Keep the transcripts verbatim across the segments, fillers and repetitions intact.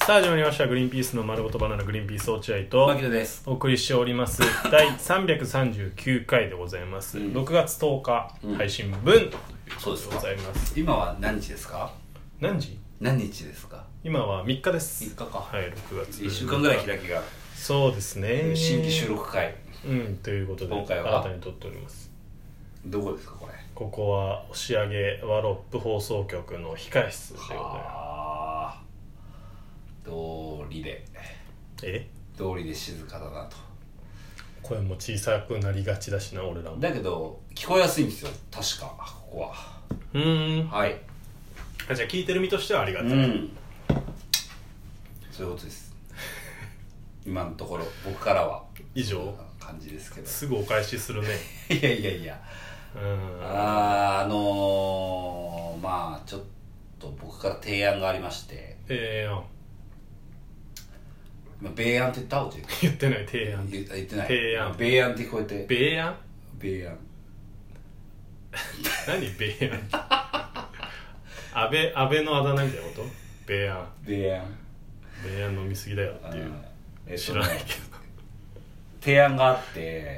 さあ始まりました。グリーンピースの丸ごとバナナグリーンピース落合と牧野です。 お送りしておりますだいさんびゃくさんじゅうきゅうかいでございます、うん、ろくがつとおか、うん、配信分ということでございます。 今は何日ですか？ 何時何日ですか？ 今はみっかです。 みっかか。 はい、ろくがついっしゅうかんぐらい開きが。 そうですね。 新規収録会、 うんということで今回は新たに撮っております。 どこですかこれ？ ここは押上ワロップ放送局の控室でございます。 通りでえ通りで静かだなと。 声も小さくなりがちだしな俺らも。 だけど聞こえやすいんですよ確かここは。 うーん。 はい。 あ、じゃあ聞いてる身としてはありがたい、うん、 そういうことです今のところ僕からは以上感じですけど。 すぐお返しするねいやいやいや、うん、ああのー、まあちょっと僕から提案がありまして。 提案、 米案って言ったおじ言ってない。提案言ってない。 提案、 米案って聞こえて。 米案米案何米案安倍安倍のあだ名みたいなこと？米案米案米案飲みすぎだよっていう、えっと、知らないけど提案があって。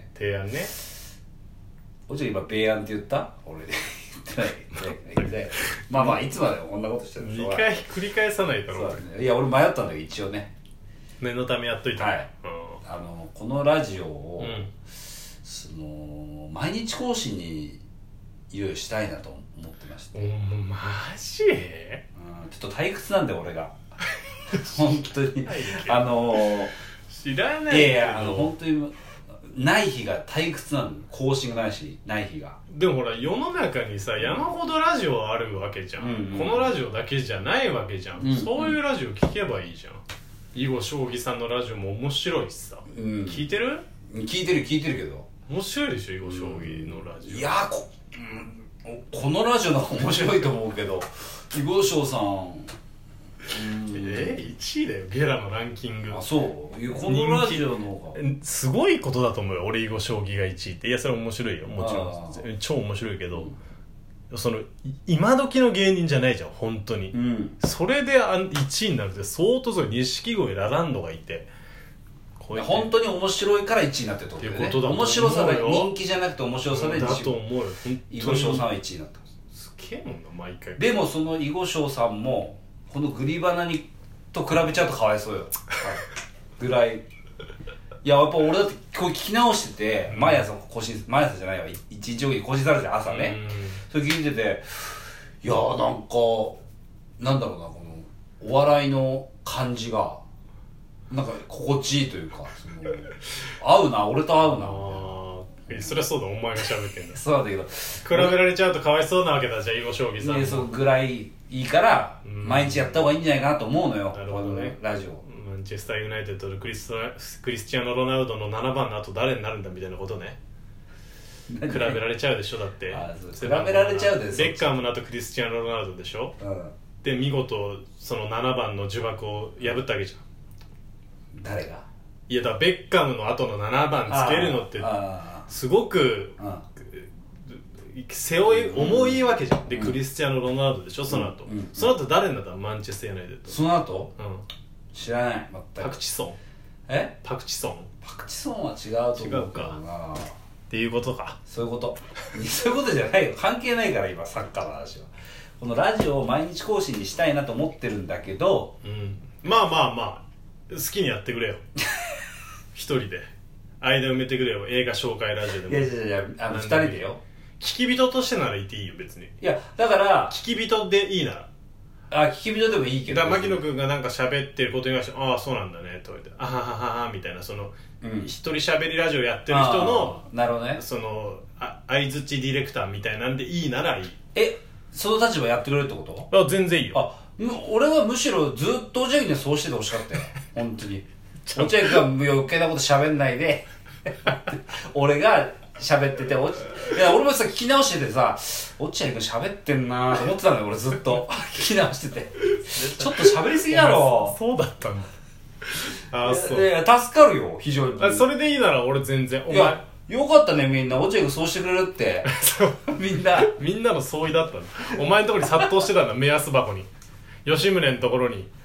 提案ね。 おじゃ今米案って言った俺で言ってないまあまあいつまでもこんなことしてるんでしょ。 にかい繰り返さないだろう、 ね、いや俺迷ったんだけど一応ね念のためやっといた。 はい、うん、あのこのラジオを、うん、その毎日更新にいろいろしたいなと思ってまして。 おマジ？ うん、ちょっと退屈なんで俺が本当にあの知らないけど。 いやいやあの本当にない日が退屈なの。更新がないしない日が。 でもほら世の中にさ山ほどラジオあるわけじゃん、うんうん、このラジオだけじゃないわけじゃん、うんうん、そういうラジオ聞けばいいじゃん。囲碁将棋さんのラジオも面白いしさ、うん、聞いてる？ 聞いてる聞いてるけど面白いでしょ囲碁将棋のラジオ、 うん、いやこ、うん、このラジオの方が面白いと思うけど囲碁将さん、うん、 えー、いちいだよゲラのランキング。 あ、そうこのラジオの方がすごいことだと思うよ俺囲碁将棋がいちいって。いやそれ面白いよもちろん超面白いけど、うん、その今時の芸人じゃないじゃん本当に、うん、それでいちいになるって相当すごい。錦鯉ラランドがいてこうやって本当に面白いからいちいになってるってことだよね。ことだ面白さで人気じゃなくて面白さでだと思うよ。 囲碁将さんはいちいになった。 すげえもんな毎回。 でもその囲碁将さんもこのグリバナにと比べちゃうとかわいそうよぐらい。いややっぱ俺だってこう聞き直してて、うん、毎朝更新毎朝じゃないわ一日おきに更新されて朝ね、うん、それ聞いてていやーなんかなんだろうなこのお笑いの感じがなんか心地いいというかその合うな俺と合うな。 あそりゃそうだお前が喋ってんだそうだけど比べられちゃうとかわいそうなわけだ。じゃあ囲碁将棋さんそうぐらいいいから毎日やった方がいいんじゃないかなと思うのよ。 なるほどね。 ラジオマンチェスターユナイテッドとクリスクリスチアーノ・ロナウドのななばんの後誰になるんだみたいなことね。比べられちゃうでしょだって。 あ比べられちゃうでベッカムの後クリスチアーノ・ロナウドでしょ、うん、で見事そのななばんの呪縛を破ったわけじゃん。 誰が？ いやだからベッカムの後のななばんつけるのってすごく背負い重いわけじゃん。で、うん、クリスチアーノ・ロナウドでしょその後、うんうん、その後誰になったの？マンチェスターユナイテッド。 その後、 うん、 知らない全く。 パクチソン。 え？ パクチソン。 パクチソンは違うと思うかな。 っていうことか。 そういうことそういうことじゃないよ関係ないから今サッカーの話は。このラジオを毎日更新にしたいなと思ってるんだけど、 うん、まあまあまあ好きにやってくれよ一人で間埋めてくれよ映画紹介ラジオでも。 いやいやいやあのふたりでよ。 聞き人としてならいていいよ別に。 いやだから聞き人でいいならあ聞き人でもいいけどだから牧野君がなんか喋ってることに関してああそうなんだねと言ってあははははみたいなその、うん、一人喋りラジオやってる人のなるほどねそのあ相づちディレクターみたいなんでいいならいい。 えその立場やってくれるってこと？ あ全然いいよ。 あ俺はむしろずっと落合君にはそうしててほしかったよ本当に落合君が余計なこと喋んないで俺が喋ってておいや俺もさ聞き直しててさ落合君喋ってんなと思ってたのよ俺ずっと聞き直しててちょっと喋りすぎだろ。 そうだったんだ。あそういや助かるよ非常に。 あそれでいいなら俺全然お前いやよかったねみんな落合君そうしてくれるってみんなみんなの相違だったんだ。お前のところに殺到してたんだ目安箱に吉宗のところに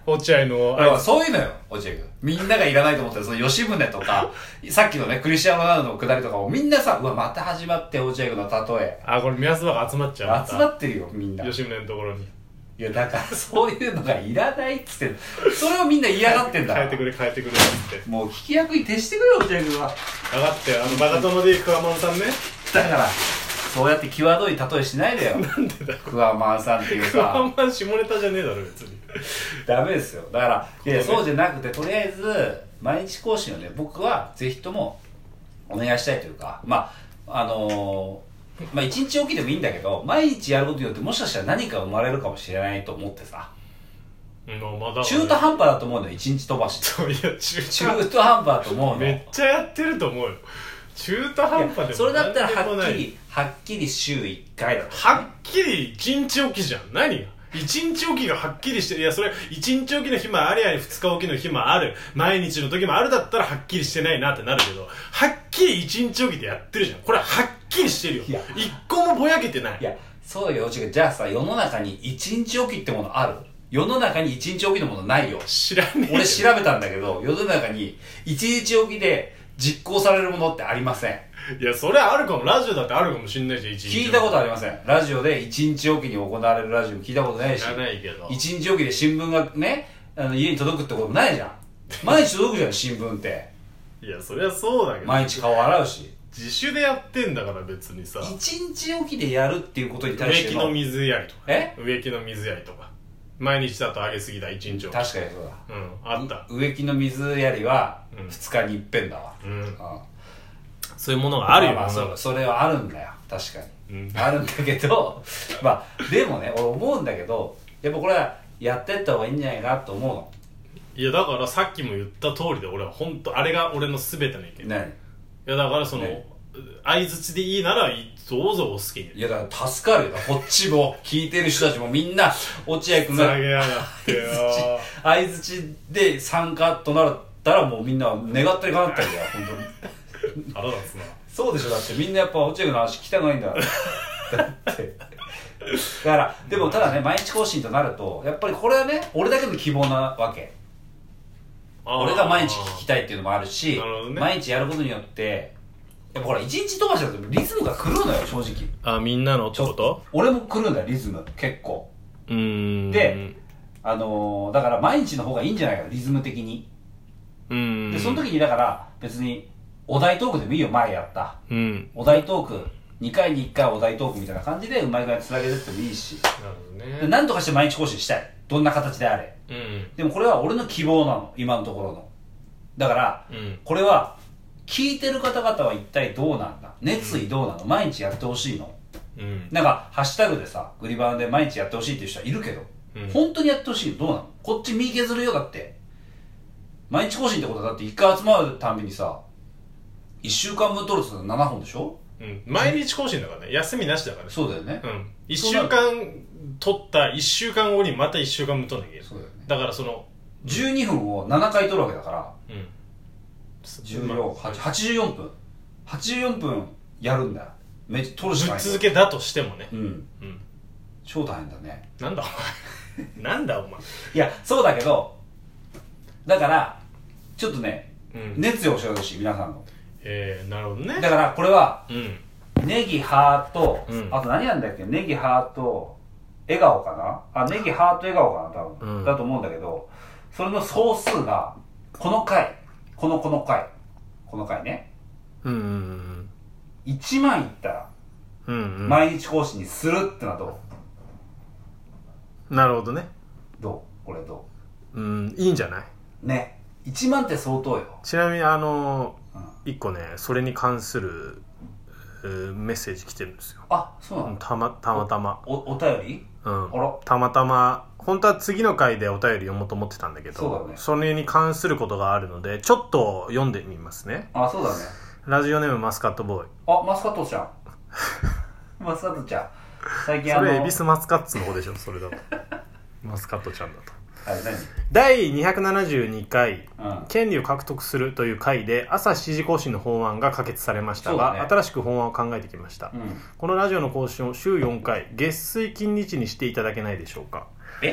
落合のあそういうのよ落合君みんながいらないと思ったらその吉宗とかさっきのねクリスチャン・ロナウドのくだりとかもみんなさうわまた始まって落合君の例えあこれ宮沢が集まっちゃう集まってるよみんな吉宗のところにいやだからそういうのがいらないっつってそれをみんな嫌がってんだ変えてくれ変えてくれっつってもう聞き役に徹してくれよ落合君は分かってあのバカ殿で桑マンさんねだからそうやって際どい例えしないでよなんでだよクワマンさんっていう桑さマン下ネタじゃねえだろ別にダメですよだからいやそうじゃなくてとりあえず毎日更新をね僕はぜひともお願いしたいというかまああのーまあ一日おきでもいいんだけど毎日やることによってもしかしたら何か生まれるかもしれないと思ってさ、 まあまだね、 中途半端だと思うのよ一日飛ばしいや中中途半端だと思うのめっちゃやってると思うよ中途半端でもそれだったらはなんでもないっきりはっきり週いっかいだとはっきり一日おきじゃん何が一日おきがはっきりしてるいやそれ一日おきの日もあるや二日おきの日もある毎日の時もあるだったらはっきりしてないなってなるけどはっきり一日おきでやってるじゃんこれははっきりしてるよいや一個もぼやけてないいやそうよ違うじゃあさ世の中に一日おきってものある世の中に一日おきのものないよ知らねえ俺調べたんだけど世の中に一日おきで実行されるものってありませんいやそれはあるかもラジオだってあるかもしんないじゃん一日聞いたことありませんラジオで一日おきに行われるラジオ聞いたことないし知らないけど一日おきで新聞がねあの家に届くってこともないじゃん毎日届くじゃん新聞っていやそりゃそうだけど毎日顔洗うし自主でやってんだから別にさ一日おきでやるっていうことに対しての植木の水やりとかえ植木の水やりとか毎日だと上げすぎだ一日おき確かにそうだうんあった植木の水やりはうんふつかに一遍だわ、 うんうんそういうものがあるよ、 まあまあそうそれはあるんだよ確かに、 うんあるんだけどまあでもね俺思うんだけどやっぱこれはやってった方がいいんじゃないかなと思うのいやだからさっきも言った通りで俺は本当あれが俺の全ての意見い何やだからその、 ね相づちでいいならどうぞお好きにいやだから助かるよこっちも聞いてる人たちもみんな落合君が下げやがってよ相づちで参加となったらもうみんな願ったりかなったりだよ本当に腹立つなそうでしょだってみんなやっぱ落合君の話聞きたくないんだだってだからでもただね毎日更新となるとやっぱりこれはね俺だけの希望なわけ俺が毎日聞きたいっていうのもあるしなるほどね毎日やることによってやっぱほら一日飛ばしだとリズムが狂うのよ正直あみんなのってこと俺も狂うんだよリズム結構うーんであのー、だから毎日の方がいいんじゃないかリズム的にうーんでその時にだから別にお題トークでもいいよ前やったうんお題トークにかいにいっかいお題トークみたいな感じでうまい具合につなげるってもいいしなるほどねで何とかして毎日更新したいどんな形であれうんでもこれは俺の希望なの今のところのだからうんこれは聞いてる方々は一体どうなんだ熱意どうなの毎日やってほしいのうんなんかハッシュタグでさグリバンで毎日やってほしいっていう人はいるけど、 うん本当にやってほしいのどうなのこっち身削るよだって毎日更新ってことはだっていっかい集まるたんびにさいっしゅうかんぶん撮るとななほんでしょうん毎日更新だからね休みなしだからねそうだよね、 うんいっしゅうかん撮ったいっしゅうかんごにまたいっしゅうかんぶん撮んなきゃいけないそうだよねだからそのじゅうにふんをななかい撮るわけだからうんじゅうよん、はちはちじゅうよんぷんはちじゅうよんぷんやるんだよめっちゃ撮るしかぶっないんだよ続けだとしてもねうんうん超大変だねなんだお前なんだお前いやそうだけどだからちょっとね、 うん熱意を教えてほしい皆さんのえーなるほどねだからこれはうんネギハート、 うんあと何なんだっけネギハート笑顔かなあネギハート笑顔かな多分、 うんだと思うんだけどそれの総数がこの回このこの回この回ねうんうんいちまんいったらうんうん毎日更新にするってのはどうなるほどねどうこれどうんいいんじゃないうねいちまんって相当よ、 ちなみにあのうん、 一個ねそれに関するえーメッセージ来てるんですよあそうなのたまたまたまおお便りうんあらたまたま本当は次の回でお便り読もうと思ってたんだけどそうだねそれに関することがあるのでちょっと読んでみますねあそうだねラジオネームマスカットボーイあマスカットちゃんマスカットちゃん最近あのそれ恵比寿マスカッツの方でしょそれだとマスカットちゃんだとあれ何だいにひゃくななじゅうにかいうん権利を獲得するという回で朝しちじ更新の法案が可決されましたが、 そうだね新しく法案を考えてきました、 うんこのラジオの更新を週よんかい月水金日にしていただけないでしょうか。 え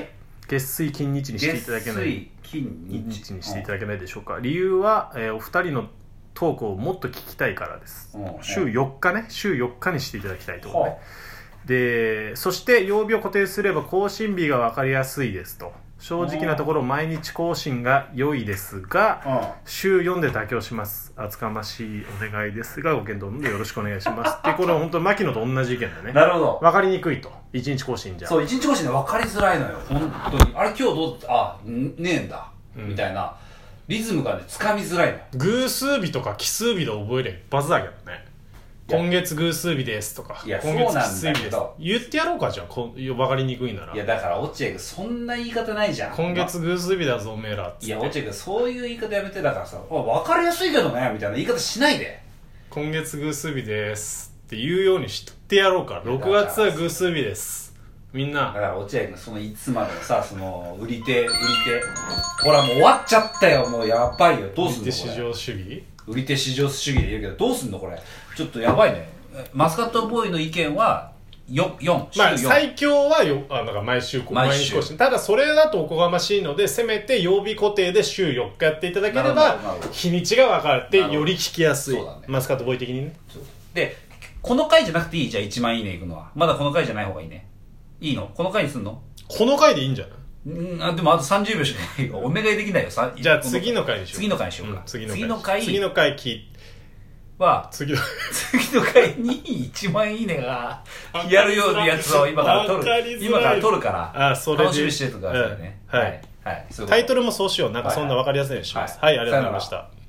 月水金日にしていただけない月水金日にしていただけないでしょうか。理由は、えー、お二人のトークをもっと聞きたいからです。週よっかね、週よっかにしていただきたいと思うね。で、そして曜日を固定すれば更新日が分かりやすいですと。正直なところ毎日更新が良いですが、週よんで妥協します。厚かましいお願いですがご検討のでよろしくお願いしますって。これは本当に牧野と同じ意見だね。 なるほど。 分かりにくいと。いちにち更新じゃそう、いちにち更新で分かりづらいのよ本当に。あれ今日どう、あねえんだ、うん、みたいなリズムがねつかみづらいのよ。 偶数日とか奇数日で覚えれば一発だけどね。今月偶数日ですとか、 いや今月奇数日です言ってやろうか。じゃあこ分かりにくいなら。 いやだから落合君そんな言い方ないじゃん。 今月偶数日だぞおめえらっつって。 いや落合君そういう言い方やめて。だからさ、分かりやすいけどねみたいな言い方しないで。 今月偶数日ですって言うようにしてやろうか。ろくがつは偶数日です、みんな。 だから落合君そのいつまでのさ、その売り手売り手ほらもう終わっちゃったよ。もうやばいよ。どうすんのこれ。売り手至上主義売り手至上主義で言うけどどうすんのこれ。ちょっとやばいね。マスカットボーイの意見はよん、 まあ最強はよあなんか毎週毎日更新。ただそれだとおこがましいので、せめて曜日固定で週よっかやっていただければ日にちが分かってより聞きやすい、ね、マスカットボーイ的にね。 でこの回じゃなくていい。じゃあいちまんいいねいくのはまだこの回じゃない方がいいね。いいのこの回にすんの。 この回でいいんじゃない。 うんあでもあとさんじゅうびょうしかないよ。お願いできないよ。 じゃあ次の回にしよう。 次の回にしようか、うん、 次の回次の回次の回聞いては次の次の回にいちまんいいねがやるようなやつを今から撮る今から撮るからあそれで楽しみにしててくださいね、 うん、はい、 はい、 タイトルもそうしよう。なんかそんな分かりやすいようにします。はい、はい、ありがとうございました。